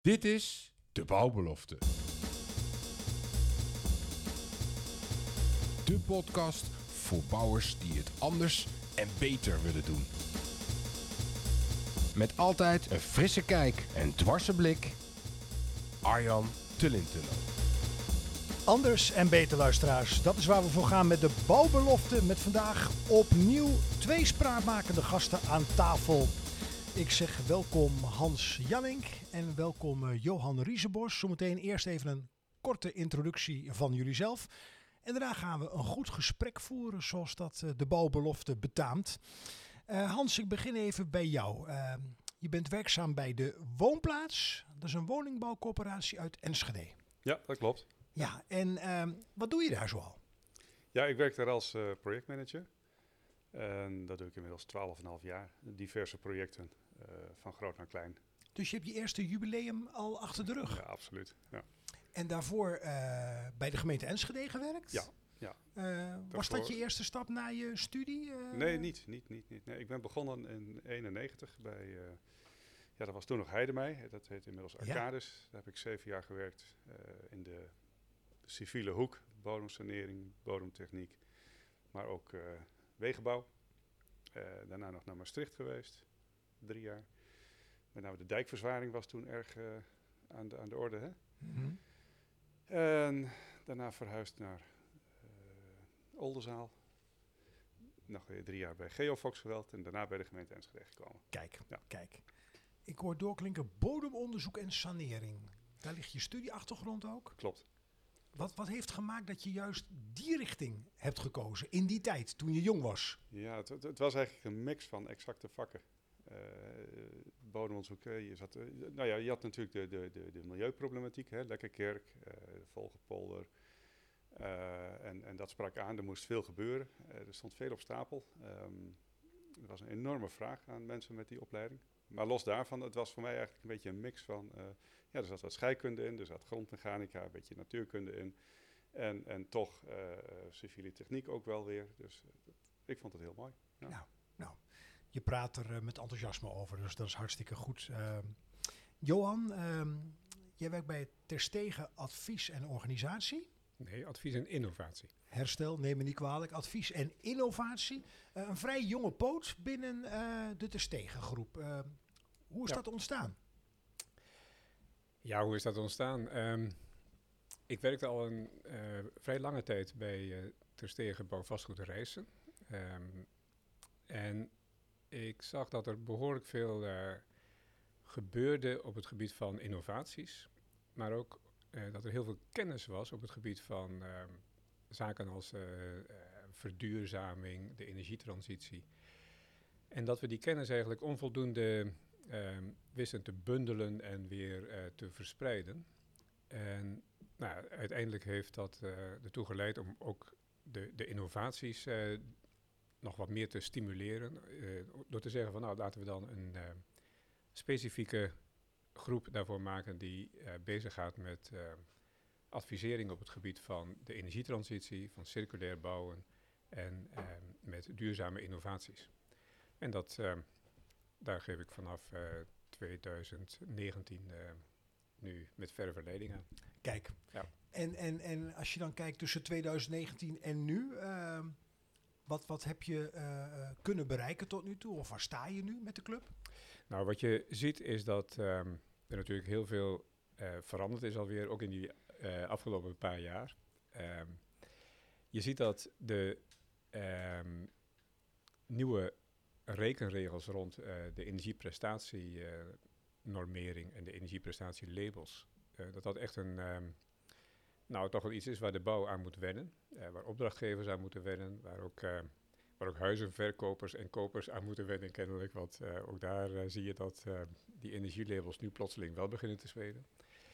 Dit is De Bouwbelofte. De podcast voor bouwers die het anders en beter willen doen. Met altijd een frisse kijk en dwarse blik. Arjan Tullintunnel. Anders en beter, luisteraars. Dat is waar we voor gaan met De Bouwbelofte. Met vandaag opnieuw 2 spraakmakende gasten aan tafel. Ik zeg welkom Hans Jannink en welkom Johan Riesebos. Zometeen eerst even een korte introductie van jullie zelf. En daarna gaan we een goed gesprek voeren zoals dat De Bouwbelofte betaamt. Hans, ik begin even bij jou. Je bent werkzaam bij de Woonplaats. Dat is een woningbouwcorporatie uit Enschede. Ja, dat klopt. Ja, en wat doe je daar zoal? Ja, ik werk daar als projectmanager. En dat doe ik inmiddels 12,5 jaar. Diverse projecten, van groot naar klein. Dus je hebt je eerste jubileum al achter de rug. Ja, absoluut. Ja. En daarvoor bij de gemeente Enschede gewerkt? Ja. Was dat je eerste stap na je studie? Nee, niet. Nee, ik ben begonnen in 1991 bij... ja, dat was toen nog Heidemij. Dat heet inmiddels Arcadis. Ja. Daar heb ik 7 jaar gewerkt in de civiele hoek. Bodemsanering, bodemtechniek. Maar ook wegenbouw. Daarna nog naar Maastricht geweest. 3 jaar. Met name de dijkverzwaring was toen erg aan de orde. Hè? Mm-hmm. En daarna verhuisd naar Oldenzaal. Nog weer 3 jaar bij Geofox geweld. En daarna bij de gemeente Enschede gekomen. Kijk. Ik hoor doorklinken bodemonderzoek en sanering. Daar ligt je studieachtergrond ook? Klopt. Wat heeft gemaakt dat je juist die richting hebt gekozen in die tijd, toen je jong was? Ja, het was eigenlijk een mix van exacte vakken. Bodemonderzoek, je had natuurlijk de milieuproblematiek, hè, Lekkerkerk, Volgenpolder. En dat sprak aan, er moest veel gebeuren. Er stond veel op stapel. Er was een enorme vraag aan mensen met die opleiding. Maar los daarvan, het was voor mij eigenlijk een beetje een mix van... er zat wat scheikunde in, er zat grondmechanica, een beetje natuurkunde in. En toch civiele techniek ook wel weer. Dus ik vond het heel mooi. Ja. Nou, je praat er met enthousiasme over, dus dat is hartstikke goed. Johan, jij werkt bij Terstegen Advies en Organisatie. Nee, advies en innovatie. Herstel, neem me niet kwalijk. Advies en innovatie. Een vrij jonge poot binnen de Terstegen groep. Hoe is dat ontstaan? Ja, hoe is dat ontstaan? Ik werkte al een vrij lange tijd bij Terstegen Bouwvastgoed Rijssen. En ik zag dat er behoorlijk veel gebeurde op het gebied van innovaties. Maar ook dat er heel veel kennis was op het gebied van zaken als verduurzaming, de energietransitie. En dat we die kennis eigenlijk onvoldoende wisten te bundelen en weer te verspreiden. En uiteindelijk heeft dat ertoe geleid om ook de innovaties nog wat meer te stimuleren. Door te zeggen van laten we dan een specifieke groep daarvoor maken die bezig gaat met advisering op het gebied van de energietransitie, van circulair bouwen en met duurzame innovaties. En daar geef ik vanaf 2019 nu met verre verleiding aan. Kijk, ja. En als je dan kijkt tussen 2019 en nu, wat heb je kunnen bereiken tot nu toe? Of waar sta je nu met de club? Nou, wat je ziet is dat er natuurlijk heel veel veranderd is alweer, ook in die afgelopen paar jaar. Je ziet dat de nieuwe rekenregels rond de energieprestatienormering en de energieprestatielabels, dat echt toch wel iets is waar de bouw aan moet wennen, waar opdrachtgevers aan moeten wennen, waar ook huizenverkopers en kopers aan moeten wennen kennelijk, want ook daar zie je dat die energielabels nu plotseling wel beginnen te spelen.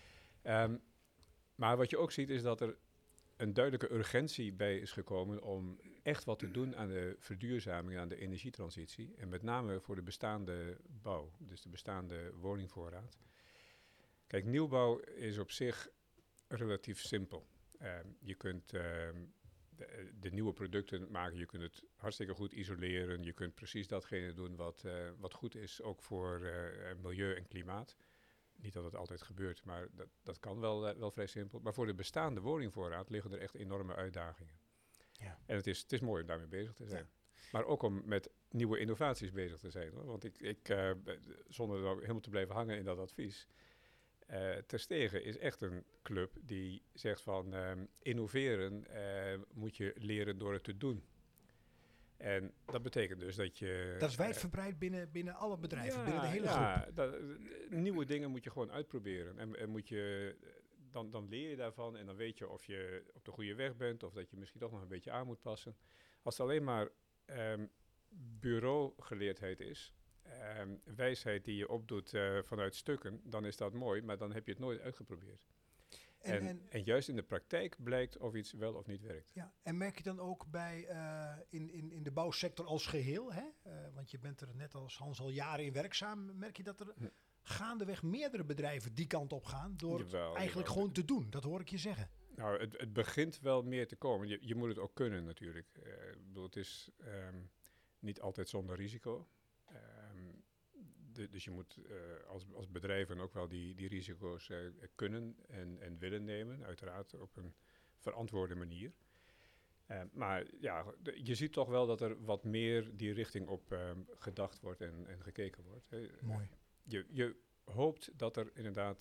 Maar wat je ook ziet is dat er een duidelijke urgentie bij is gekomen om echt wat te doen aan de verduurzaming, aan de energietransitie. En met name voor de bestaande bouw, dus de bestaande woningvoorraad. Kijk, nieuwbouw is op zich relatief simpel. Je kunt de nieuwe producten maken, je kunt het hartstikke goed isoleren. Je kunt precies datgene doen wat goed is, ook voor milieu en klimaat. Niet dat het altijd gebeurt, maar dat kan wel vrij simpel. Maar voor de bestaande woningvoorraad liggen er echt enorme uitdagingen. Ja. En het is mooi om daarmee bezig te zijn. Ja. Maar ook om met nieuwe innovaties bezig te zijn. Hoor. Want ik zonder er helemaal te blijven hangen in dat advies. Ter Stege is echt een club die zegt van innoveren moet je leren door het te doen. En dat betekent dus dat je... Dat is wijdverbreid binnen alle bedrijven, binnen de hele groep. Nieuwe dingen moet je gewoon uitproberen. En moet je, dan leer je daarvan en dan weet je of je op de goede weg bent of dat je misschien toch nog een beetje aan moet passen. Als het alleen maar bureaugeleerdheid is, wijsheid die je opdoet vanuit stukken, dan is dat mooi, maar dan heb je het nooit uitgeprobeerd. En juist in de praktijk blijkt of iets wel of niet werkt. Ja, en merk je dan ook bij in de bouwsector als geheel, hè? Want je bent er net als Hans al jaren in werkzaam, merk je dat er gaandeweg meerdere bedrijven die kant op gaan door eigenlijk gewoon te doen? Dat hoor ik je zeggen. Nou, het begint wel meer te komen. Je moet het ook kunnen natuurlijk. Ik bedoel, het is niet altijd zonder risico. Dus je moet als bedrijven ook wel die risico's kunnen en willen nemen. Uiteraard op een verantwoorde manier. Maar ja, je ziet toch wel dat er wat meer die richting op gedacht wordt en gekeken wordt. Mooi. Je hoopt dat er inderdaad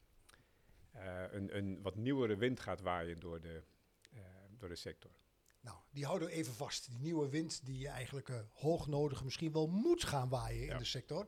een wat nieuwere wind gaat waaien door de sector. Nou, die houden we even vast. Die nieuwe wind die je eigenlijk hoognodig misschien wel moet gaan waaien in de sector.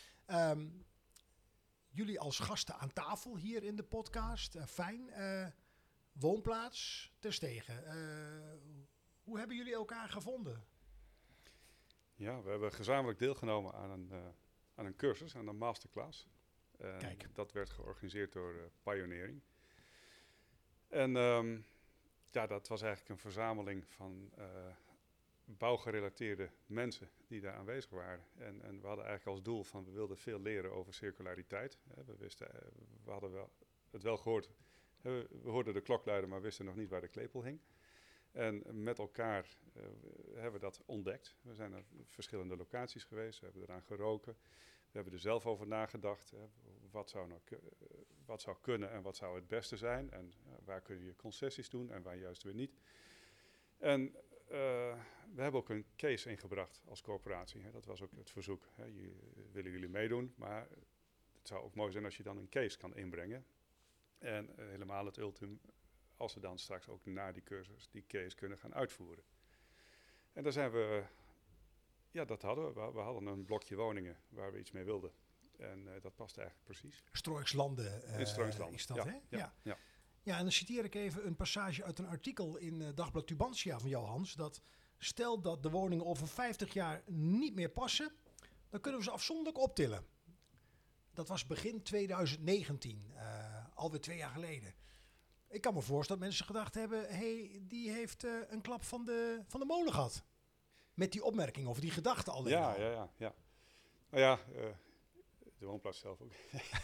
Jullie als gasten aan tafel hier in de podcast. Fijn. Woonplaats Ter Stege. Hoe hebben jullie elkaar gevonden? Ja, we hebben gezamenlijk deelgenomen aan een cursus, aan een masterclass. Kijk. Dat werd georganiseerd door Pioneering. En dat was eigenlijk een verzameling van bouwgerelateerde mensen die daar aanwezig waren. En we hadden eigenlijk als doel van we wilden veel leren over circulariteit. We hadden wel het wel gehoord. We hoorden de klok luiden, maar wisten nog niet waar de klepel hing. En met elkaar hebben we dat ontdekt. We zijn naar verschillende locaties geweest, we hebben eraan geroken. We hebben er zelf over nagedacht. Wat zou kunnen en wat zou het beste zijn? En waar kun je concessies doen en waar juist weer niet? En we hebben ook een case ingebracht als coöperatie. Hè. Dat was ook het verzoek. Hè. Willen jullie meedoen? Maar het zou ook mooi zijn als je dan een case kan inbrengen. En helemaal het ultium, als we dan straks ook na die cursus die case kunnen gaan uitvoeren. En daar zijn we... Ja, dat hadden we. We hadden een blokje woningen waar we iets mee wilden. En dat past eigenlijk precies. Strooikslanden is dat, ja, hè? Ja. Ja, en dan citeer ik even een passage uit een artikel in Dagblad Tubantia van jou, Hans. Dat stel dat de woningen over 50 jaar niet meer passen, dan kunnen we ze afzonderlijk optillen. Dat was begin 2019, alweer 2 jaar geleden. Ik kan me voorstellen dat mensen gedacht hebben, die heeft een klap van de molen gehad. Met die opmerking of die gedachte alleen al. Ja. Nou ja, de woonplaats zelf ook.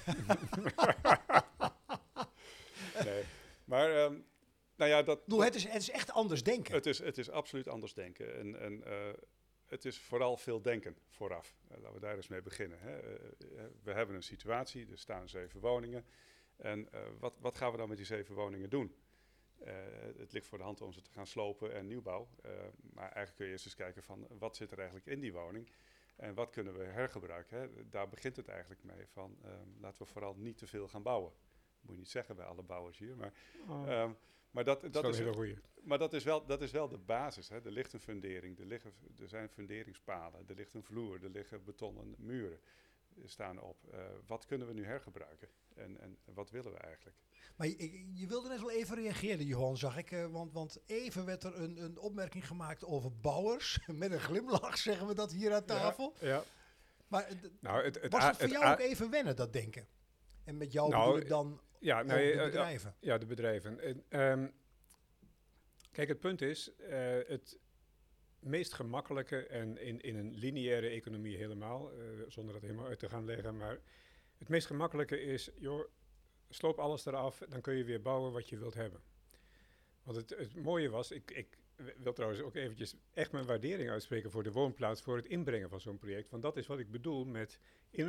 Nee, maar het is echt anders denken. Het is absoluut anders denken. En het is vooral veel denken vooraf. Laten we daar eens mee beginnen. Hè. We hebben een situatie, er staan 7 woningen. En wat gaan we dan met die 7 woningen doen? Het ligt voor de hand om ze te gaan slopen en nieuwbouw. Maar eigenlijk kun je eerst eens kijken van wat zit er eigenlijk in die woning en wat kunnen we hergebruiken. Hè? Daar begint het eigenlijk mee van laten we vooral niet te veel gaan bouwen. Dat moet je niet zeggen bij alle bouwers hier, maar dat is wel de basis. Hè? Er ligt een fundering, er zijn funderingspalen, er ligt een vloer, er liggen betonnen muren staan op. Wat kunnen we nu hergebruiken en wat willen we eigenlijk? Maar je wilde net wel even reageren, Johan, zag ik. Want even werd er een opmerking gemaakt over bouwers. Met een glimlach zeggen we dat hier aan tafel. Ja. Maar was het voor jou ook even wennen, dat denken? En met jou bedoel ik dan de bedrijven? Ja, de bedrijven. Kijk, het punt is, het meest gemakkelijke en in een lineaire economie helemaal, zonder dat helemaal uit te gaan leggen, maar het meest gemakkelijke is, sloop alles eraf, dan kun je weer bouwen wat je wilt hebben. Want het mooie was, ik wil trouwens ook eventjes echt mijn waardering uitspreken voor de woonplaats, voor het inbrengen van zo'n project. Want dat is wat ik bedoel met,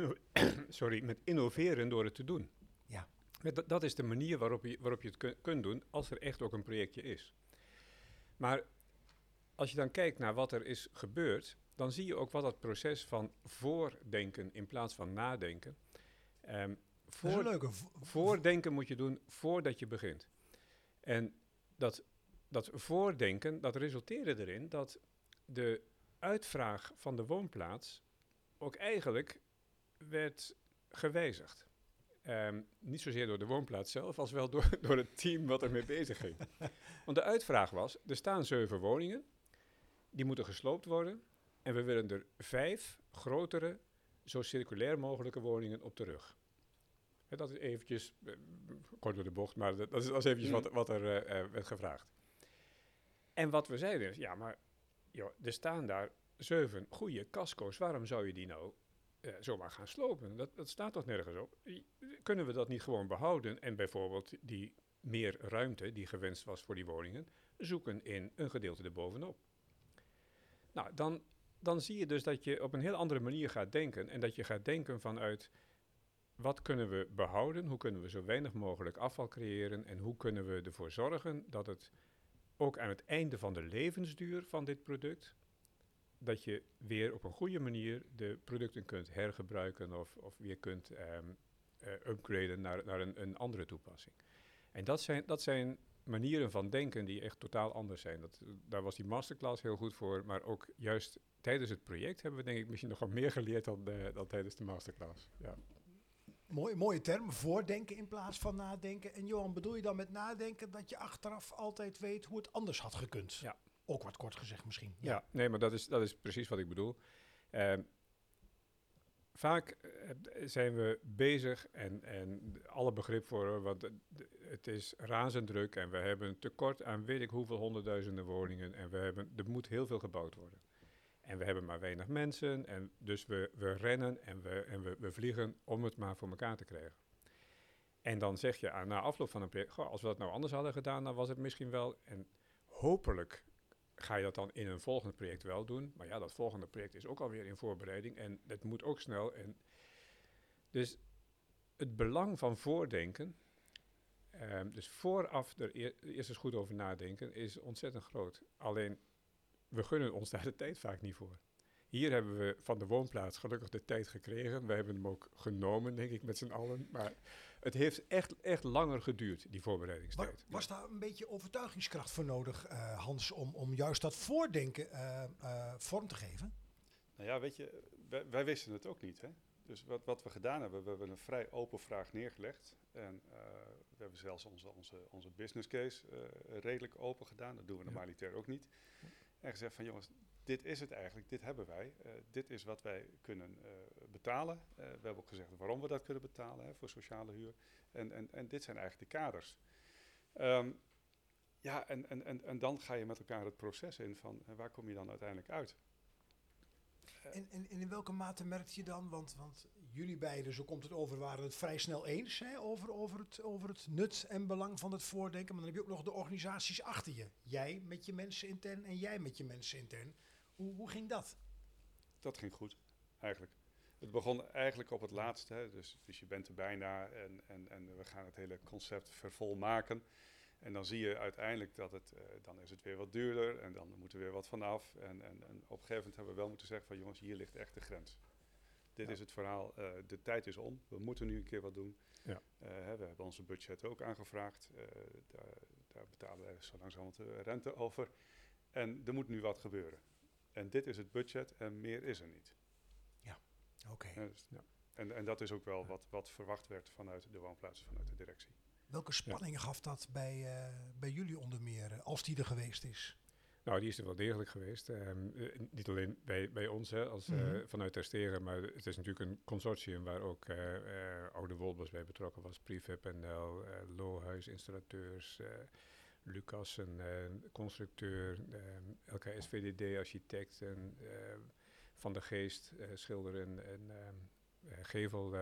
met innoveren door het te doen. Ja. Dat is de manier waarop je het kunt doen als er echt ook een projectje is. Maar als je dan kijkt naar wat er is gebeurd, dan zie je ook wat dat proces van voordenken in plaats van nadenken. Dat is een leuke. Voordenken moet je doen voordat je begint. En dat voordenken, dat resulteerde erin dat de uitvraag van de woonplaats ook eigenlijk werd gewijzigd. Niet zozeer door de woonplaats zelf, als wel door het team wat ermee bezig ging. Want de uitvraag was, er staan 7 woningen, die moeten gesloopt worden en we willen er 5 grotere, zo circulair mogelijke woningen op de rug. Dat is eventjes, kort door de bocht, maar dat is eventjes wat er werd gevraagd. En wat we zeiden is, ja, maar joh, er staan daar 7 goede casco's, waarom zou je die nou zomaar gaan slopen? Dat staat toch nergens op? Kunnen we dat niet gewoon behouden en bijvoorbeeld die meer ruimte die gewenst was voor die woningen, zoeken in een gedeelte erbovenop? Nou, dan zie je dus dat je op een heel andere manier gaat denken en dat je gaat denken vanuit wat kunnen we behouden, hoe kunnen we zo weinig mogelijk afval creëren en hoe kunnen we ervoor zorgen dat het ook aan het einde van de levensduur van dit product, dat je weer op een goede manier de producten kunt hergebruiken of weer kunt upgraden naar een andere toepassing. En dat zijn manieren van denken die echt totaal anders zijn. Daar was die masterclass heel goed voor, maar ook juist tijdens het project hebben we denk ik misschien nog wel meer geleerd dan tijdens de masterclass. Ja. Mooie term, voordenken in plaats van nadenken. En Johan, bedoel je dan met nadenken dat je achteraf altijd weet hoe het anders had gekund? Ja. Ook wat kort gezegd misschien. Ja, nee, maar dat is precies wat ik bedoel. Vaak zijn we bezig en alle begrip voor, want het is razend druk en we hebben een tekort aan weet ik hoeveel honderdduizenden woningen en er moet heel veel gebouwd worden. En we hebben maar weinig mensen en dus we rennen en we vliegen om het maar voor elkaar te krijgen. En dan zeg je na afloop van een project, goh, als we dat nou anders hadden gedaan, dan was het misschien wel, en hopelijk ga je dat dan in een volgend project wel doen. Maar ja, dat volgende project is ook alweer in voorbereiding en het moet ook snel. Dus het belang van voordenken, dus vooraf er eerst eens goed over nadenken, is ontzettend groot. Alleen, we gunnen ons daar de tijd vaak niet voor. Hier hebben we van de woonplaats gelukkig de tijd gekregen. We hebben hem ook genomen, denk ik, met z'n allen. Maar het heeft echt langer geduurd, die voorbereidingstijd. Was daar een beetje overtuigingskracht voor nodig, Hans, om juist dat voordenken vorm te geven? Nou ja, weet je, wij wisten het ook niet, hè. Dus wat we gedaan hebben, we hebben een vrij open vraag neergelegd. En we hebben zelfs onze business case redelijk open gedaan. Dat doen we normaliter ook niet. En gezegd van jongens, dit is het eigenlijk, dit hebben wij. Dit is wat wij kunnen betalen. We hebben ook gezegd waarom we dat kunnen betalen, hè, voor sociale huur. En dit zijn eigenlijk de kaders. En dan ga je met elkaar het proces in van waar kom je dan uiteindelijk uit? En in welke mate merkt je dan, want jullie beiden, zo komt het over, waren het vrij snel eens hè, over het nut en belang van het voordenken. Maar dan heb je ook nog de organisaties achter je. Jij met je mensen intern en jij met je mensen intern. Hoe ging dat? Dat ging goed, eigenlijk. Het begon eigenlijk op het laatste. Hè, dus je bent er bijna en we gaan het hele concept vervolmaken. En dan zie je uiteindelijk dat dan is het weer wat duurder en dan moet er weer wat vanaf. En op een gegeven moment hebben we wel moeten zeggen van jongens, hier ligt echt de grens. Dit is het verhaal, de tijd is om, we moeten nu een keer wat doen. Ja. We hebben onze budget ook aangevraagd, daar betalen we zo langzamerhand de rente over. En er moet nu wat gebeuren. En dit is het budget en meer is er niet. Ja, oké. En dat is ook wel wat verwacht werd vanuit de woonplaatsen, vanuit de directie. Welke spanning gaf dat bij jullie onder meer, als die er geweest is? Nou, die is er wel degelijk geweest. Niet alleen bij ons vanuit Terstegen, maar het is natuurlijk een consortium waar ook Oude Wolbers bij betrokken was. Prefab NL, Lohuis, installateurs, Lucas, een constructeur, LKS VDD, architect, Van der Geest, schilder en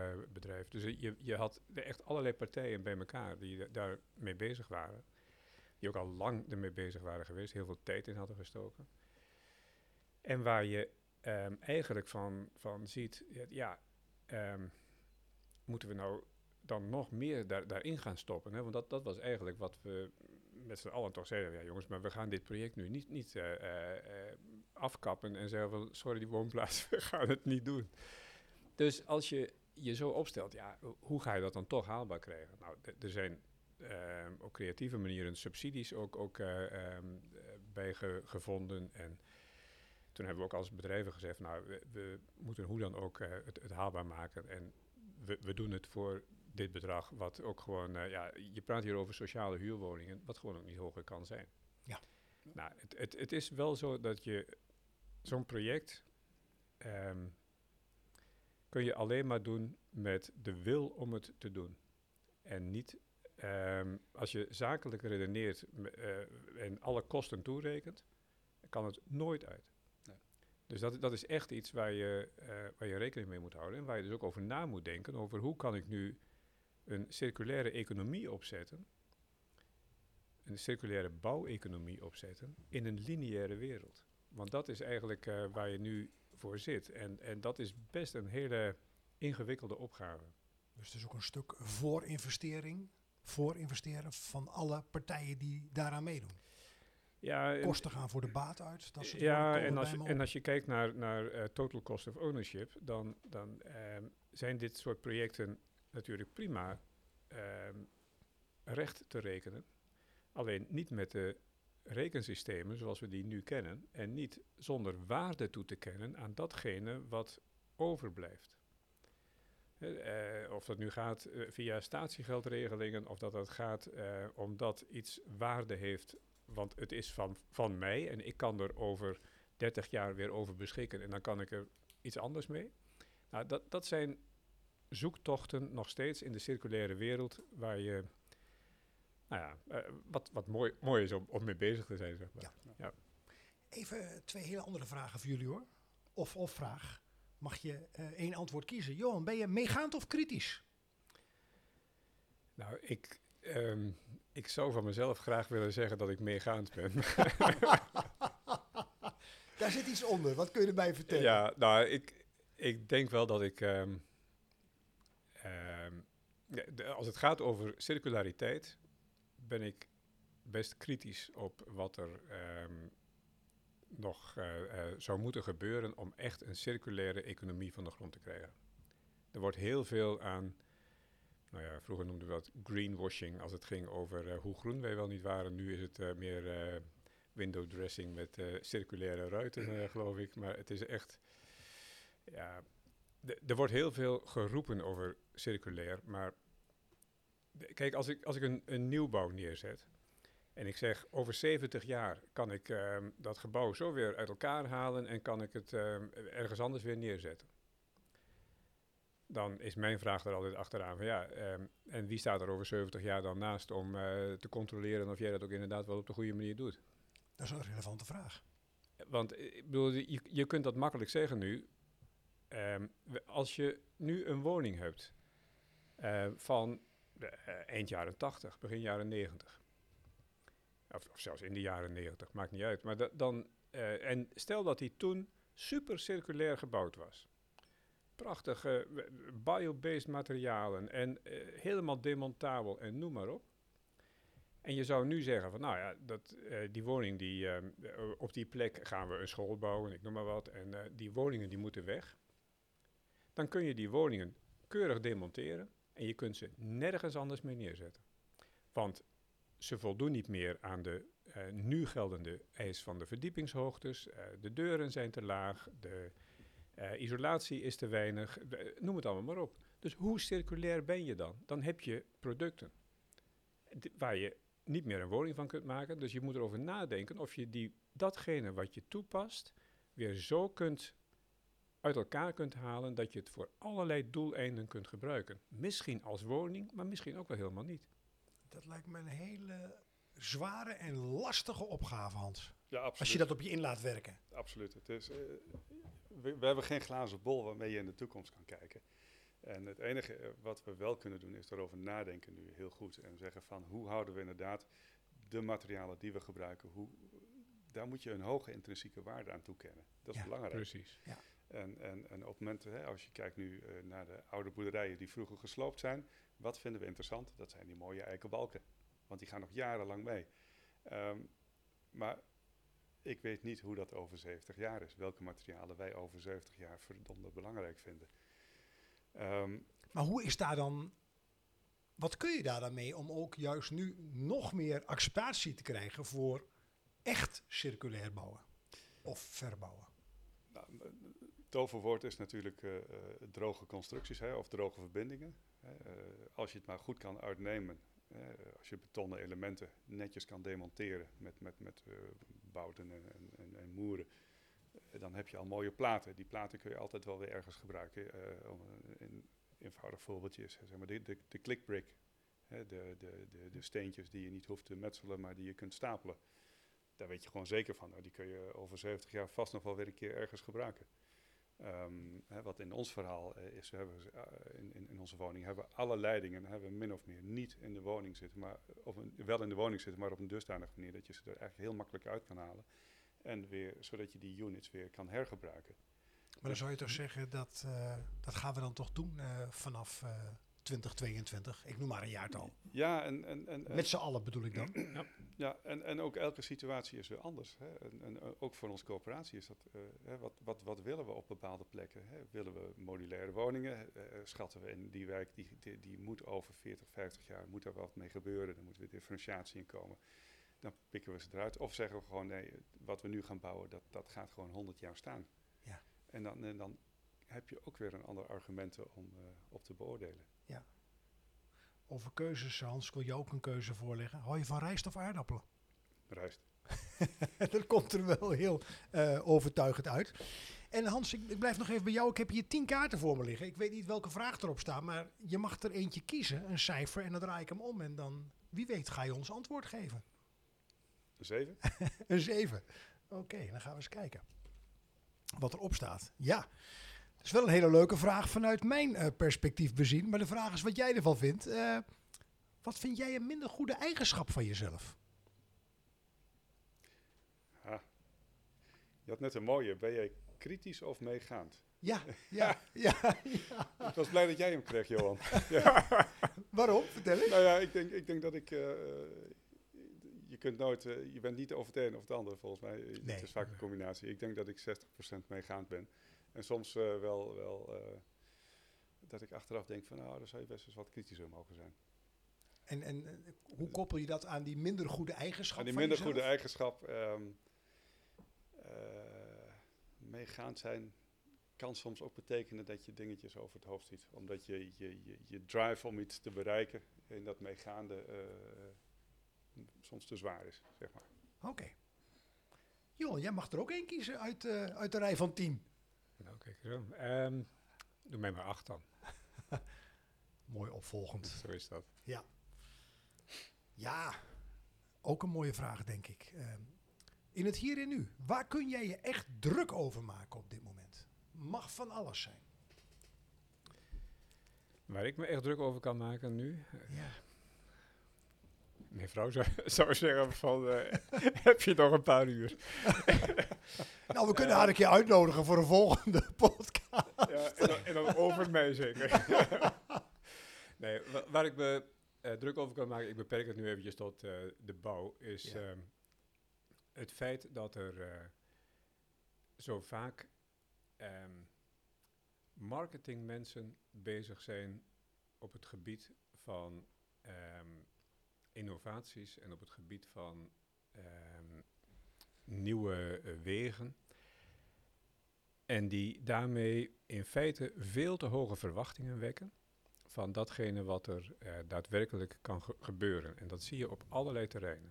gevelbedrijf. Dus je had echt allerlei partijen bij elkaar die daar mee bezig waren. die ook al lang ermee bezig waren geweest, heel veel tijd in hadden gestoken. En waar je eigenlijk van ziet, moeten we nou dan nog meer daarin gaan stoppen? Hè? Want dat was eigenlijk wat we met z'n allen toch zeiden. Ja jongens, maar we gaan dit project nu niet afkappen en zeggen van, sorry die woonplaats, we gaan het niet doen. Dus als je je zo opstelt, ja, hoe ga je dat dan toch haalbaar krijgen? Nou, er zijn op creatieve manieren subsidies ook bij gevonden. En toen hebben we ook als bedrijven gezegd, nou, we moeten hoe dan ook het haalbaar maken. En we doen het voor dit bedrag, wat ook gewoon, je praat hier over sociale huurwoningen, wat gewoon ook niet hoger kan zijn. Ja. Nou, het is wel zo dat je zo'n project kun je alleen maar doen met de wil om het te doen. En niet als je zakelijk redeneert en alle kosten toerekent, kan het nooit uit. Nee. Dus dat is echt iets waar je rekening mee moet houden. En waar je dus ook over na moet denken. Over hoe kan ik nu een circulaire economie opzetten. Een circulaire bouweconomie opzetten in een lineaire wereld. Want dat is eigenlijk waar je nu voor zit. En dat is best een hele ingewikkelde opgave. Dus het is ook een stuk voorinvesteren van alle partijen die daaraan meedoen. Ja, Kosten gaan voor de baat uit. Dat soort en als je kijkt naar total cost of ownership, dan zijn dit soort projecten natuurlijk prima recht te rekenen. Alleen niet met de rekensystemen zoals we die nu kennen en niet zonder waarde toe te kennen aan datgene wat overblijft. Of dat nu gaat via statiegeldregelingen of dat gaat omdat iets waarde heeft, want het is van mij en ik kan er over 30 jaar weer over beschikken en dan kan ik er iets anders mee. Nou, dat zijn zoektochten nog steeds in de circulaire wereld waar je, wat mooi is om mee bezig te zijn, zeg maar. Ja. Even 2 hele andere vragen voor jullie hoor. Of vraag. Mag je 1 antwoord kiezen? Johan, ben je meegaand of kritisch? Nou, ik zou van mezelf graag willen zeggen dat ik meegaand ben. Daar zit iets onder. Wat kun je erbij vertellen? Ja, nou, ik denk wel dat ik... als het gaat over circulariteit, ben ik best kritisch op wat er nog zou moeten gebeuren om echt een circulaire economie van de grond te krijgen. Er wordt heel veel aan, vroeger noemden we dat greenwashing, als het ging over hoe groen wij wel niet waren. Nu is het meer window dressing met circulaire ruiten, geloof ik. Maar het is echt, er wordt heel veel geroepen over circulair, maar kijk, als ik een nieuwbouw neerzet en ik zeg over 70 jaar kan ik dat gebouw zo weer uit elkaar halen en kan ik het ergens anders weer neerzetten. Dan is mijn vraag er altijd achteraan van en wie staat er over 70 jaar dan naast om te controleren of jij dat ook inderdaad wel op de goede manier doet? Dat is een relevante vraag. Want ik bedoel, je kunt dat makkelijk zeggen nu. Als je nu een woning hebt van eind jaren 80, begin jaren 90. Of zelfs in de jaren 90, maakt niet uit. Maar en stel dat die toen super circulair gebouwd was. Prachtige bio-based materialen en helemaal demontabel en noem maar op. En je zou nu zeggen van die woning op die plek gaan we een school bouwen, ik noem maar wat. En die woningen die moeten weg. Dan kun je die woningen keurig demonteren en je kunt ze nergens anders mee neerzetten. Want ze voldoen niet meer aan de nu geldende eis van de verdiepingshoogtes. De deuren zijn te laag, de isolatie is te weinig, noem het allemaal maar op. Dus hoe circulair ben je dan? Dan heb je producten waar je niet meer een woning van kunt maken. Dus je moet erover nadenken of je datgene wat je toepast weer zo uit elkaar kunt halen dat je het voor allerlei doeleinden kunt gebruiken. Misschien als woning, maar misschien ook wel helemaal niet. Dat lijkt me een hele zware en lastige opgave, Hans. Ja, absoluut. Als je dat op je in laat werken. Absoluut. Het is, we hebben geen glazen bol waarmee je in de toekomst kan kijken. En het enige wat we wel kunnen doen is erover nadenken nu heel goed. En zeggen van hoe houden we inderdaad de materialen die we gebruiken, daar moet je een hoge intrinsieke waarde aan toekennen. Dat is belangrijk. Precies. Ja. En op het moment, als je kijkt nu naar de oude boerderijen die vroeger gesloopt zijn, wat vinden we interessant? Dat zijn die mooie eikenbalken. Want die gaan nog jarenlang mee. Maar ik weet niet hoe dat over 70 jaar is. Welke materialen wij over 70 jaar verdomd belangrijk vinden. Maar hoe is daar dan... Wat kun je daar dan mee om ook juist nu nog meer acceptatie te krijgen voor echt circulair bouwen of verbouwen? Nou, het toverwoord is natuurlijk droge constructies, of droge verbindingen. Als je het maar goed kan uitnemen, als je betonnen elementen netjes kan demonteren met bouten en moeren, dan heb je al mooie platen. Die platen kun je altijd wel weer ergens gebruiken. Een eenvoudig voorbeeldje is zeg maar de clickbrick. De steentjes die je niet hoeft te metselen, maar die je kunt stapelen. Daar weet je gewoon zeker van. Nou, die kun je over 70 jaar vast nog wel weer een keer ergens gebruiken. Wat in ons verhaal is, we hebben, in onze woning hebben we alle leidingen hebben we min of meer niet in de woning zitten, maar wel in de woning zitten, maar op een dusdanige manier dat je ze er eigenlijk heel makkelijk uit kan halen. En weer, zodat je die units weer kan hergebruiken. Maar dan zou je toch zeggen dat gaan we dan toch doen vanaf 2022. Ik noem maar een jaartal. Ja, en met z'n allen bedoel ik dan. Ja, en ook elke situatie is weer anders. Hè. En ook voor onze coöperatie is dat, wat willen we op bepaalde plekken? Hè? Willen we modulaire woningen? Schatten we in die wijk, die moet over 40, 50 jaar, moet er wat mee gebeuren. Dan moet weer differentiatie in komen. Dan pikken we ze eruit. Of zeggen we gewoon, nee, wat we nu gaan bouwen, dat gaat gewoon 100 jaar staan. Ja. En dan heb je ook weer een ander argumenten om op te beoordelen. Ja. Over keuzes, Hans, wil je ook een keuze voorleggen? Hou je van rijst of aardappelen? Rijst. Dat komt er wel heel overtuigend uit. En Hans, ik blijf nog even bij jou. Ik heb hier 10 kaarten voor me liggen. Ik weet niet welke vraag erop staat, maar je mag er eentje kiezen, een cijfer, en dan draai ik hem om. En dan, wie weet, ga je ons antwoord geven. Een 7? Een 7. Oké, dan gaan we eens kijken wat erop staat. Ja, dat is wel een hele leuke vraag vanuit mijn perspectief bezien. Maar de vraag is wat jij ervan vindt. Wat vind jij een minder goede eigenschap van jezelf? Je had net een mooie. Ben jij kritisch of meegaand? Ja. Ik was blij dat jij hem kreeg, Johan. Waarom? Vertel eens. Nou ja, ik denk dat ik... je kunt nooit... je bent niet of het een of het ander, volgens mij. Nee. Het is vaak een combinatie. Ik denk dat ik 60% meegaand ben. En soms wel dat ik achteraf denk van... nou, daar zou je best eens wat kritischer mogen zijn. En hoe koppel je dat aan die minder goede eigenschap? Aan die van minder jezelf? goede eigenschap... meegaand zijn kan soms ook betekenen dat je dingetjes over het hoofd ziet. Omdat je drive om iets te bereiken in dat meegaande soms te zwaar is, zeg maar. Oké. Johan, jij mag er ook één kiezen uit de rij van 10. Nou, kijk zo. Doe mij maar 8 dan. Mooi opvolgend. Zo is dat. Ja, ook een mooie vraag, denk ik. In het hier en nu, waar kun jij je echt druk over maken op dit moment? Mag van alles zijn. Waar ik me echt druk over kan maken nu? Ja. Mijn vrouw zou zeggen van, heb je nog een paar uur? Nou, we kunnen haar een keer uitnodigen voor een volgende podcast. Ja, en dan over mij zeker. Nee, waar ik me druk over kan maken, ik beperk het nu eventjes tot de bouw, is het feit dat er zo vaak marketingmensen bezig zijn op het gebied van innovaties en op het gebied van nieuwe wegen. En die daarmee in feite veel te hoge verwachtingen wekken van datgene wat er daadwerkelijk kan gebeuren. En dat zie je op allerlei terreinen.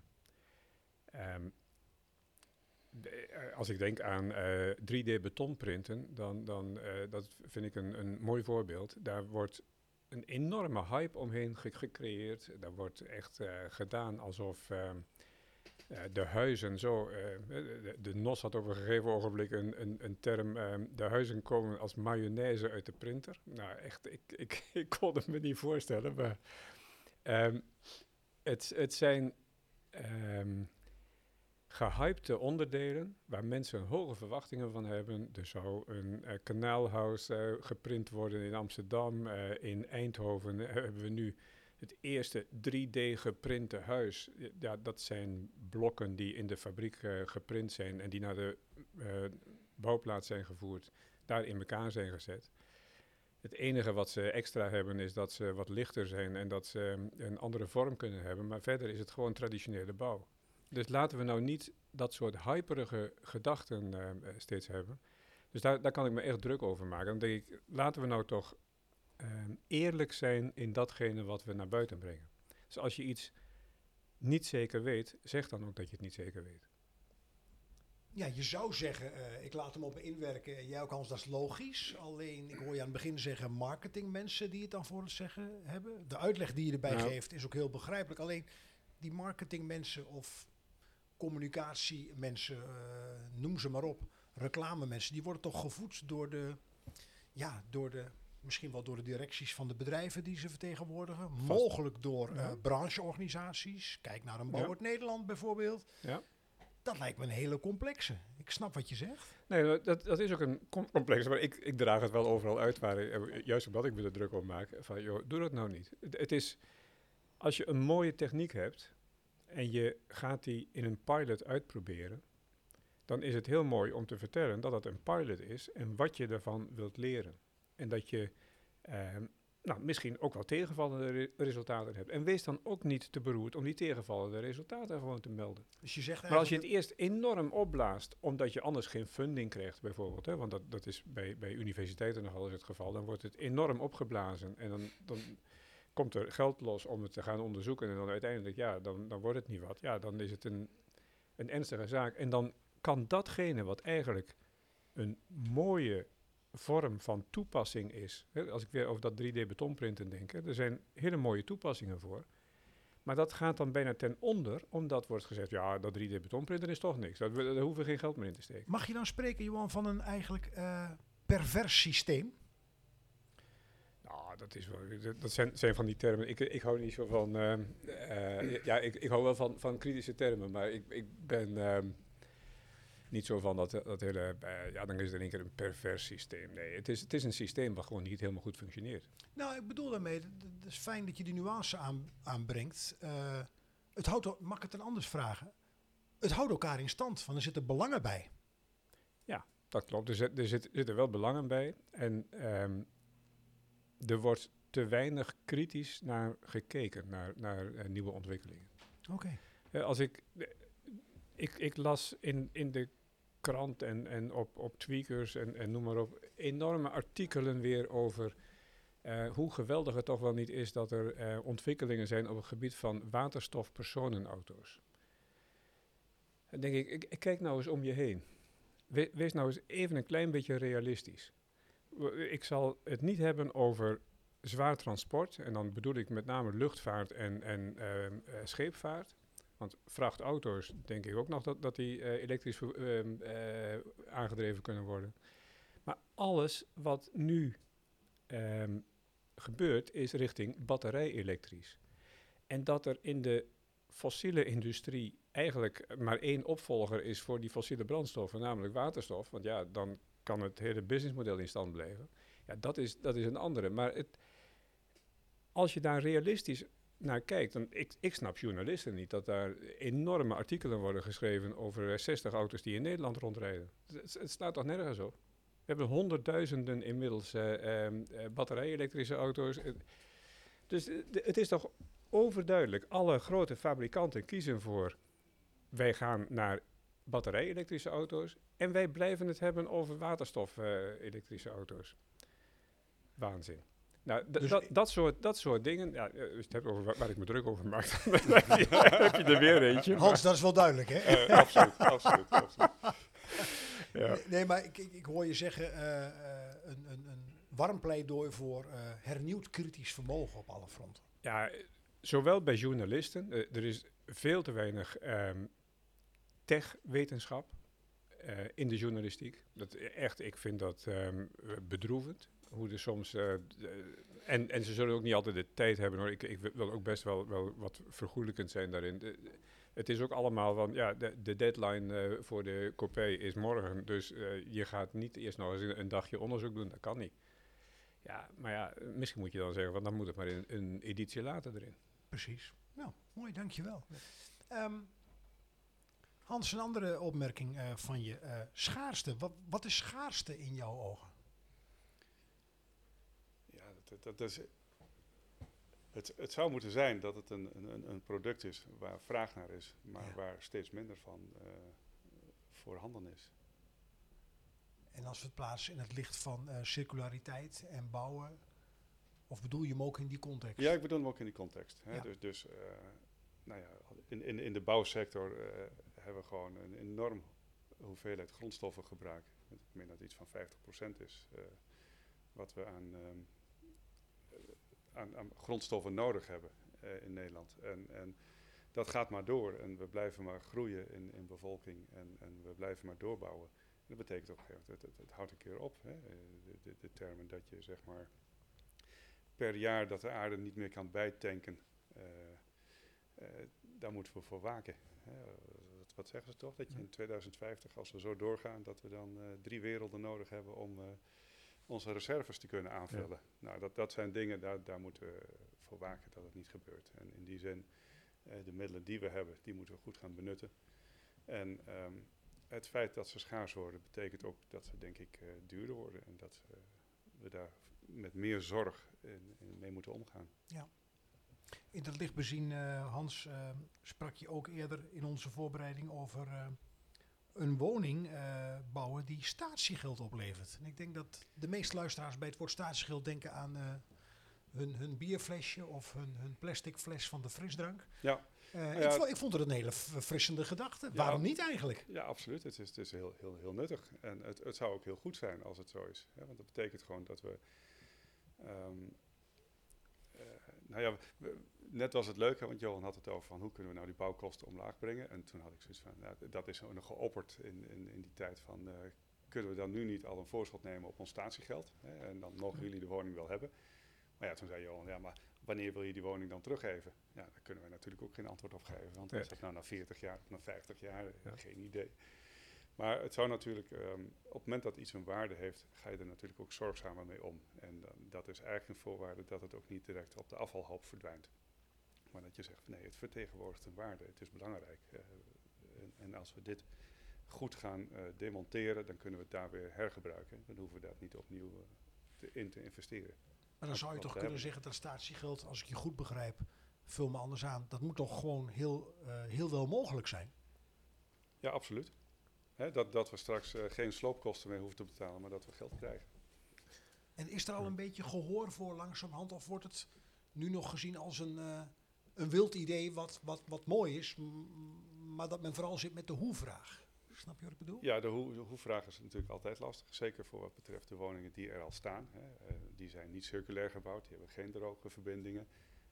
Als ik denk aan 3D betonprinten, dan dat vind ik een mooi voorbeeld. Daar wordt een enorme hype omheen gecreëerd. Daar wordt echt gedaan alsof de huizen zo... de NOS had op een gegeven ogenblik een term... de huizen komen als mayonaise uit de printer. Nou, echt, ik kon het me niet voorstellen. Maar het zijn gehypte onderdelen waar mensen hoge verwachtingen van hebben. Er zou een kanaalhuis geprint worden in Amsterdam. In Eindhoven hebben we nu het eerste 3D geprinte huis. Ja, dat zijn blokken die in de fabriek geprint zijn en die naar de bouwplaats zijn gevoerd, daar in elkaar zijn gezet. Het enige wat ze extra hebben is dat ze wat lichter zijn en dat ze een andere vorm kunnen hebben. Maar verder is het gewoon traditionele bouw. Dus laten we nou niet dat soort hyperige gedachten steeds hebben. Dus daar kan ik me echt druk over maken. Dan denk ik, laten we nou toch eerlijk zijn in datgene wat we naar buiten brengen. Dus als je iets niet zeker weet, zeg dan ook dat je het niet zeker weet. Ja, je zou zeggen, ik laat hem op me inwerken. Jij ook, Hans, dat is logisch. Alleen, ik hoor je aan het begin zeggen, marketingmensen die het dan voor het zeggen hebben. De uitleg die je erbij geeft is ook heel begrijpelijk. Alleen, die marketingmensen of communicatiemensen, noem ze maar op, reclamemensen, die worden toch gevoed door misschien wel door de directies van de bedrijven die ze vertegenwoordigen. Vast. Mogelijk door brancheorganisaties. Kijk naar een Bouwend Nederland bijvoorbeeld. Ja. Dat lijkt me een hele complexe. Ik snap wat je zegt. Nee, dat is ook een complexe. Maar ik draag het wel overal uit, juist omdat ik me er druk op maak. Van, joh, doe dat nou niet. Het is, als je een mooie techniek hebt en je gaat die in een pilot uitproberen, dan is het heel mooi om te vertellen dat het een pilot is en wat je ervan wilt leren. En dat je misschien ook wel tegenvallende resultaten hebt. En wees dan ook niet te beroerd om die tegenvallende resultaten gewoon te melden. Dus je zegt maar als je het eerst enorm opblaast, omdat je anders geen funding krijgt bijvoorbeeld, want dat is bij universiteiten nogal eens het geval, dan wordt het enorm opgeblazen en dan komt er geld los om het te gaan onderzoeken en dan uiteindelijk, dan wordt het niet wat. Ja, dan is het een ernstige zaak. En dan kan datgene wat eigenlijk een mooie vorm van toepassing is. Als ik weer over dat 3D betonprinten denk, er zijn hele mooie toepassingen voor. Maar dat gaat dan bijna ten onder, omdat wordt gezegd, ja, dat 3D betonprinten is toch niks. Daar hoeven we geen geld meer in te steken. Mag je dan spreken, Johan, van een eigenlijk pervers systeem? Nou, dat zijn van die termen. Ik hou niet zo van... ik hou wel van kritische termen, maar ik ben... niet zo van dat hele, dan is het in één keer een pervers systeem. Nee, het is een systeem wat gewoon niet helemaal goed functioneert. Nou, ik bedoel daarmee, het is fijn dat je die nuance aanbrengt. Mag ik het dan anders vragen? Het houdt elkaar in stand, want er zitten belangen bij. Ja, dat klopt. Er zitten wel belangen bij. En er wordt te weinig kritisch naar gekeken, naar nieuwe ontwikkelingen. Oké. Als ik las in de krant en op Tweakers en noem maar op, enorme artikelen weer over hoe geweldig het toch wel niet is dat er ontwikkelingen zijn op het gebied van waterstofpersonenauto's. Dan denk ik kijk nou eens om je heen. Wees nou eens even een klein beetje realistisch. Ik zal het niet hebben over zwaar transport, en dan bedoel ik met name luchtvaart en scheepvaart. Want vrachtauto's denk ik ook nog dat die elektrisch aangedreven kunnen worden. Maar alles wat nu gebeurt is richting batterij-elektrisch. En dat er in de fossiele industrie eigenlijk maar één opvolger is voor die fossiele brandstoffen, namelijk waterstof. Want ja, dan kan het hele businessmodel in stand blijven. Ja, dat is een andere. Maar als je daar realistisch naar kijkt, dan ik snap journalisten niet dat daar enorme artikelen worden geschreven over 60 auto's die in Nederland rondrijden. Het staat toch nergens op? We hebben honderdduizenden inmiddels batterij-elektrische auto's. Dus het is toch overduidelijk. Alle grote fabrikanten kiezen voor, wij gaan naar batterij-elektrische auto's en wij blijven het hebben over waterstof-elektrische auto's. Waanzin. Nou, dat soort dingen, ja, als je het hebt over waar ik me druk over maak, dan heb je er weer eentje. Hans, dat is wel duidelijk, hè? Absoluut. Ja. Nee, maar ik hoor je zeggen, een warm pleidooi voor hernieuwd kritisch vermogen op alle fronten. Ja, zowel bij journalisten, er is veel te weinig tech-wetenschap in de journalistiek. Ik vind dat bedroevend. Hoe er soms, en ze zullen ook niet altijd de tijd hebben hoor. Ik wil ook best wel wat vergoelijkend zijn daarin. het is ook allemaal van, ja, de deadline voor de Coupé is morgen. Dus je gaat niet eerst nog eens een dagje onderzoek doen. Dat kan niet. Ja, maar ja, misschien moet je dan zeggen, want dan moet het maar een editie later erin. Precies. Nou, mooi, dankjewel. Hans, een andere opmerking van je. Schaarste. Wat is schaarste in jouw ogen? Ja, dat is... Het zou moeten zijn dat het een product is waar vraag naar is, maar waar steeds minder van voorhanden is. En als we het plaatsen in het licht van circulariteit en bouwen, of bedoel je hem ook in die context? Ja, ik bedoel hem ook in die context. Hè. Ja. Dus nou ja, in de bouwsector hebben we gewoon een enorm hoeveelheid grondstoffen gebruikt. Ik meen dat het iets van 50% is wat we aan grondstoffen nodig hebben in Nederland. En dat gaat maar door en we blijven maar groeien in bevolking en we blijven maar doorbouwen. En dat betekent ook, het houdt een keer op. Hè? De termen dat je zeg maar per jaar dat de aarde niet meer kan bijtanken, daar moeten we voor waken. Wat zeggen ze toch? Dat je in 2050, als we zo doorgaan, dat we dan 3 werelden nodig hebben om onze reserves te kunnen aanvullen. Ja. Nou, dat zijn dingen, daar moeten we voor waken dat het niet gebeurt. En in die zin, de middelen die we hebben, die moeten we goed gaan benutten. En het feit dat ze schaars worden, betekent ook dat ze, denk ik, duurder worden. En dat we daar met meer zorg mee moeten omgaan. Ja. In dat licht bezien, Hans, sprak je ook eerder in onze voorbereiding over een woning bouwen die statiegeld oplevert. En ik denk dat de meeste luisteraars bij het woord statiegeld denken aan hun bierflesje of hun plastic fles van de frisdrank. Ja. Ik vond het een hele verfrissende gedachte. Ja, waarom niet eigenlijk? Ja, absoluut. Het is heel nuttig. En het zou ook heel goed zijn als het zo is. Ja, want dat betekent gewoon dat we... net was het leuk, hè, want Johan had het over van hoe kunnen we nou die bouwkosten omlaag brengen. En toen had ik zoiets van, dat is nog geopperd in die tijd van... kunnen we dan nu niet al een voorschot nemen op ons statiegeld? Hè, en dan mogen jullie de woning wel hebben. Maar ja, toen zei Johan, ja, maar wanneer wil je die woning dan teruggeven? Ja, daar kunnen we natuurlijk ook geen antwoord op geven. Want is dat nou na 40 jaar of na 50 jaar? Geen idee. Maar het zou natuurlijk, op het moment dat iets een waarde heeft, ga je er natuurlijk ook zorgzamer mee om. En dat is eigenlijk een voorwaarde dat het ook niet direct op de afvalhoop verdwijnt. Maar dat je zegt, van, nee, het vertegenwoordigt een waarde, het is belangrijk. En als we dit goed gaan demonteren, dan kunnen we het daar weer hergebruiken. Dan hoeven we daar niet opnieuw in te investeren. Maar dan zou je toch kunnen zeggen dat statiegeld, als ik je goed begrijp, vul me anders aan, dat moet toch gewoon heel wel mogelijk zijn? Ja, absoluut. Hè, dat we straks geen sloopkosten meer hoeven te betalen, maar dat we geld krijgen. En is er al een beetje gehoor voor langzamerhand, of wordt het nu nog gezien als een wild idee wat mooi is, maar dat men vooral zit met de hoe-vraag? Snap je wat ik bedoel? Ja, de hoe-vraag is natuurlijk altijd lastig. Zeker voor wat betreft de woningen die er al staan. Hè. Die zijn niet circulair gebouwd, die hebben geen droge verbindingen.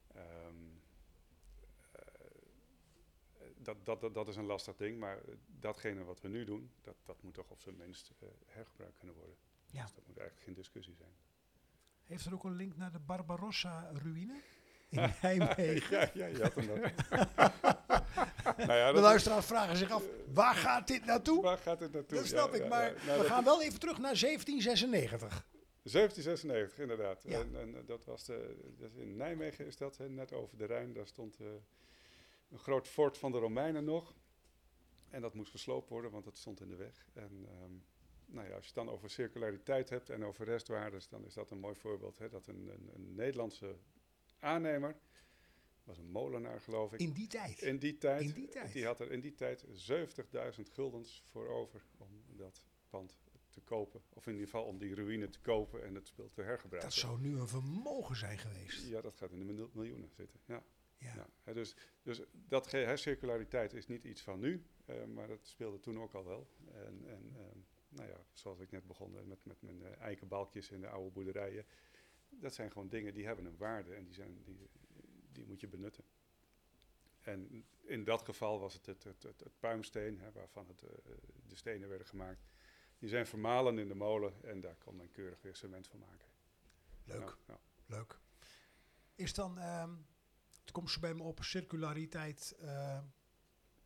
Dat is een lastig ding, maar datgene wat we nu doen, dat moet toch op zijn minst hergebruikt kunnen worden. Ja. Dus dat moet eigenlijk geen discussie zijn. Heeft er ook een link naar de Barbarossa-ruïne in Nijmegen? Ja, je had hem nog. Nou ja, de luisteraars vragen zich af, waar gaat dit naartoe? Waar gaat dit naartoe? Dat snap ik, maar we gaan wel even terug naar 1796. 1796, inderdaad. Ja. En dat was in Nijmegen is dat, net over de Rijn. Daar stond een groot fort van de Romeinen nog. En dat moest gesloopt worden, want het stond in de weg. En als je het dan over circulariteit hebt en over restwaardes, dan is dat een mooi voorbeeld. Hè, dat een Nederlandse aannemer, was een molenaar geloof ik. In die tijd? In die tijd. Die had er in die tijd 70.000 guldens voor over om dat pand te kopen. Of in ieder geval om die ruïne te kopen en het spul te hergebruiken. Dat zou nu een vermogen zijn geweest. Ja, dat gaat in de miljoenen zitten. Ja. Dus dat circulariteit is niet iets van nu, maar dat speelde toen ook al wel. En zoals ik net begon met mijn eikenbalkjes in de oude boerderijen. Dat zijn gewoon dingen die hebben een waarde en die moet je benutten. En in dat geval was het puimsteen, waarvan de stenen werden gemaakt. Die zijn vermalen in de molen en daar kon men keurig weer cement van maken. Leuk, leuk. Is dan, het komt zo bij me op, circulariteit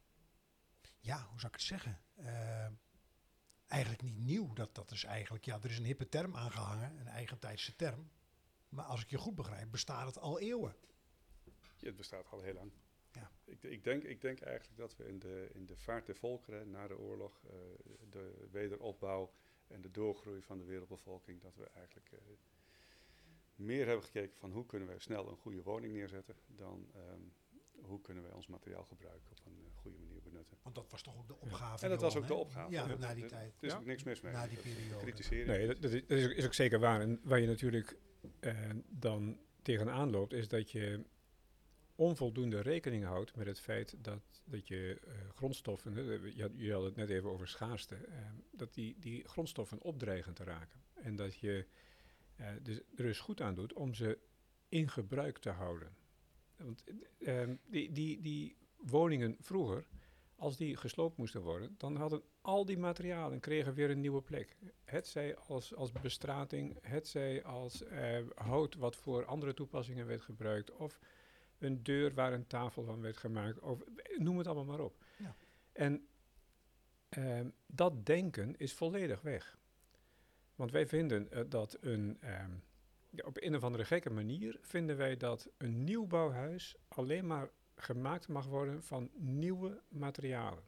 hoe zou ik het zeggen? Eigenlijk niet nieuw. Dat is eigenlijk, er is een hippe term aangehangen, een eigentijdse term. Maar als ik je goed begrijp, bestaat het al eeuwen. Ja, het bestaat al heel lang. Ja. Ik denk eigenlijk dat we in de vaart der volkeren na de oorlog, de wederopbouw en de doorgroei van de wereldbevolking, dat we eigenlijk meer hebben gekeken van hoe kunnen wij snel een goede woning neerzetten dan hoe kunnen wij ons materiaal gebruiken op een goede manier benutten. Want dat was toch ook de opgave. En dat was Johan, ook de hè? opgave. Ja, na die tijd. Er is ook niks mis mee. Na die periode. Kritiseren. Nee, dat is ook zeker waar. En waar je natuurlijk dan tegenaan loopt, is dat je onvoldoende rekening houdt met het feit dat je grondstoffen, je had het net even over schaarste, dat die grondstoffen opdreigen te raken. En dat je dus er dus goed aan doet om ze in gebruik te houden. Want die woningen vroeger, als die gesloopt moesten worden, dan hadden al die materialen kregen weer een nieuwe plek. Hetzij als bestrating, hetzij als hout wat voor andere toepassingen werd gebruikt, of een deur waar een tafel van werd gemaakt, of noem het allemaal maar op. Ja. En dat denken is volledig weg. Want wij vinden dat op een of andere gekke manier vinden wij dat een nieuwbouwhuis alleen maar gemaakt mag worden van nieuwe materialen.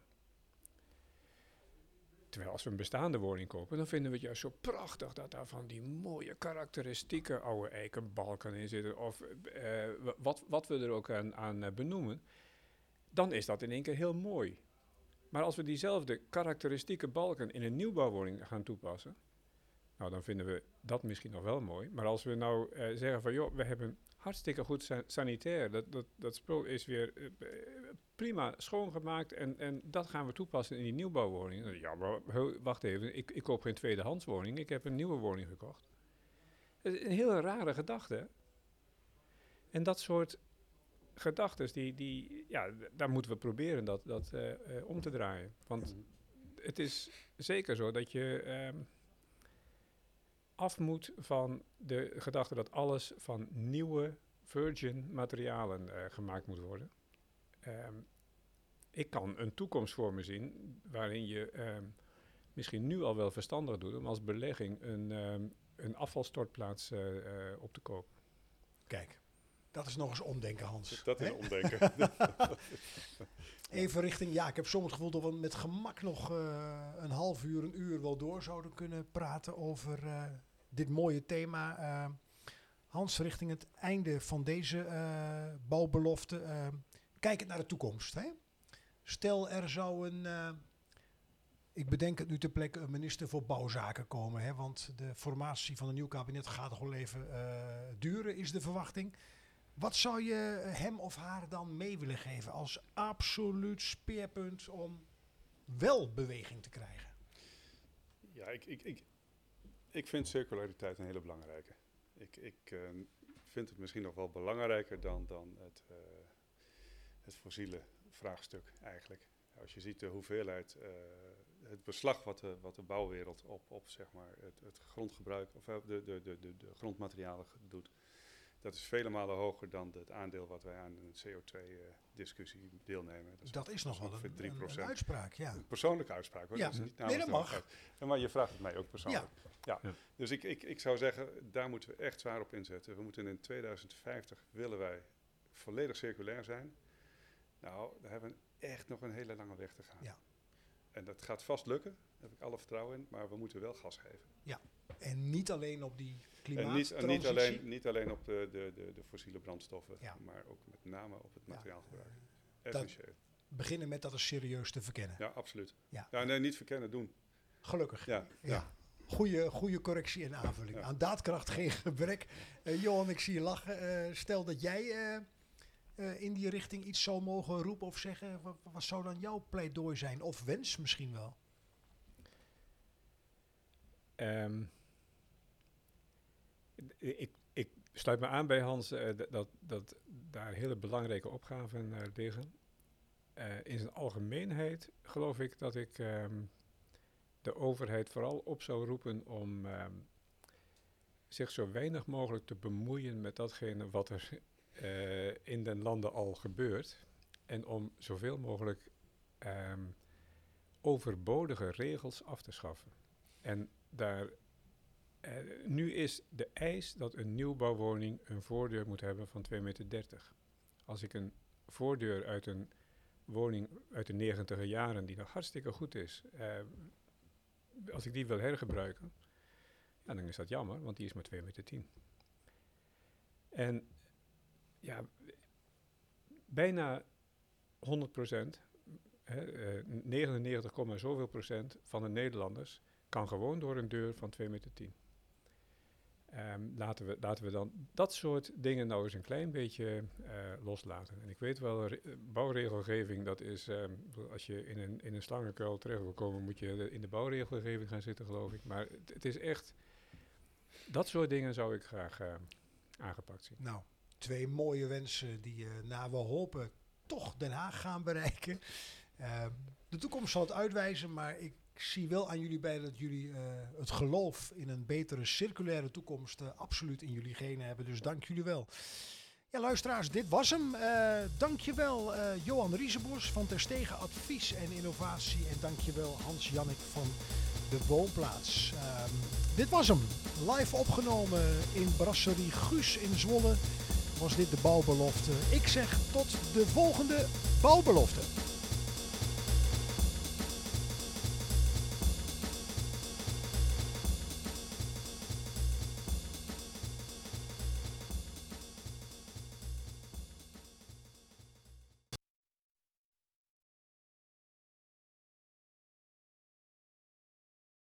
Terwijl als we een bestaande woning kopen, dan vinden we het juist zo prachtig dat daar van die mooie karakteristieke oude eikenbalken in zitten. Of wat we er ook aan benoemen. Dan is dat in één keer heel mooi. Maar als we diezelfde karakteristieke balken in een nieuwbouwwoning gaan toepassen, nou dan vinden we dat misschien nog wel mooi. Maar als we nou zeggen van joh, we hebben hartstikke goed sanitair. Dat spul is weer prima schoongemaakt en dat gaan we toepassen in die nieuwbouwwoning. Ja, maar wacht even, ik koop geen tweedehandswoning, ik heb een nieuwe woning gekocht. Dat is een hele rare gedachte. En dat soort gedachtes, daar moeten we proberen dat om te draaien. Want het is zeker zo dat je af moet van de gedachte dat alles van nieuwe virgin materialen gemaakt moet worden. Ik kan een toekomst voor me zien waarin je misschien nu al wel verstandig doet om als belegging een afvalstortplaats op te kopen. Kijk, dat is nog eens omdenken, Hans. Dat is omdenken. Even richting, ik heb soms het gevoel dat we met gemak nog een half uur, een uur wel door zouden kunnen praten over dit mooie thema. Hans, richting het einde van deze bouwbelofte. Kijk naar de toekomst. Hè? Stel, er zou ik bedenk het nu ter plekke, een minister voor bouwzaken komen. Hè? Want de formatie van een nieuw kabinet gaat nog wel even duren, is de verwachting. Wat zou je hem of haar dan mee willen geven als absoluut speerpunt om wel beweging te krijgen? Ja, ik vind circulariteit een hele belangrijke. Ik vind het misschien nog wel belangrijker dan het fossiele vraagstuk eigenlijk. Als je ziet de hoeveelheid, het beslag wat de bouwwereld op zeg maar het grondgebruik of de grondmaterialen doet, dat is vele malen hoger dan het aandeel wat wij aan een CO2-discussie deelnemen. Dat is nog wel een uitspraak, ja. Een persoonlijke uitspraak, hoor. Ja, Dat is niet nee, dat mag. Maar je vraagt het mij ook persoonlijk. Ja. Ja. Dus ik zou zeggen, daar moeten we echt zwaar op inzetten. We moeten in 2050, willen wij volledig circulair zijn. Nou, daar hebben we echt nog een hele lange weg te gaan. Ja. En dat gaat vast lukken, daar heb ik alle vertrouwen in, maar we moeten wel gas geven. Ja, en niet alleen op die En klimaattransitie. niet alleen op de fossiele brandstoffen, Ja. maar ook met name op het materiaalgebruik. Dat- Essentieel. Beginnen met dat is serieus te verkennen. Ja, absoluut. Ja. Ja, nee, niet verkennen, doen. Gelukkig. Ja. Goede correctie en aanvulling. Ja. Aan daadkracht geen gebrek. Johan, ik zie je lachen. Stel dat jij in die richting iets zou mogen roepen of zeggen. Wat zou dan jouw pleidooi zijn? Of wens misschien wel? Ik sluit me aan bij Hans dat daar hele belangrijke opgaven liggen. In zijn algemeenheid geloof ik dat ik de overheid vooral op zou roepen om zich zo weinig mogelijk te bemoeien met datgene wat er in den landen al gebeurt. En om zoveel mogelijk overbodige regels af te schaffen. En nu is de eis dat een nieuwbouwwoning een voordeur moet hebben van 2,30 meter. Als ik een voordeur uit een woning uit de 90e jaren, die nog hartstikke goed is, als ik die wil hergebruiken, ja, dan is dat jammer, want die is maar 2,10 meter. En ja, bijna 100%, 99, zoveel procent van de Nederlanders kan gewoon door een deur van 2,10 meter. Laten we dan dat soort dingen nou eens een klein beetje loslaten. En ik weet wel, bouwregelgeving, dat is, als je in een slangenkuil terecht wil komen, moet je in de bouwregelgeving gaan zitten, geloof ik. Maar het is echt, dat soort dingen zou ik graag aangepakt zien. Nou, 2 mooie wensen die we hopen toch Den Haag gaan bereiken. De toekomst zal het uitwijzen, maar ik zie wel aan jullie beiden dat jullie het geloof in een betere circulaire toekomst absoluut in jullie genen hebben. Dus dank jullie wel. Ja, luisteraars, dit was hem. Dankjewel Johan Riesenbos van Terstegen Advies en Innovatie. En dankjewel Hans-Jannik van de Woonplaats. Dit was hem. Live opgenomen in Brasserie Guus in Zwolle. Was dit de bouwbelofte. Ik zeg tot de volgende bouwbelofte.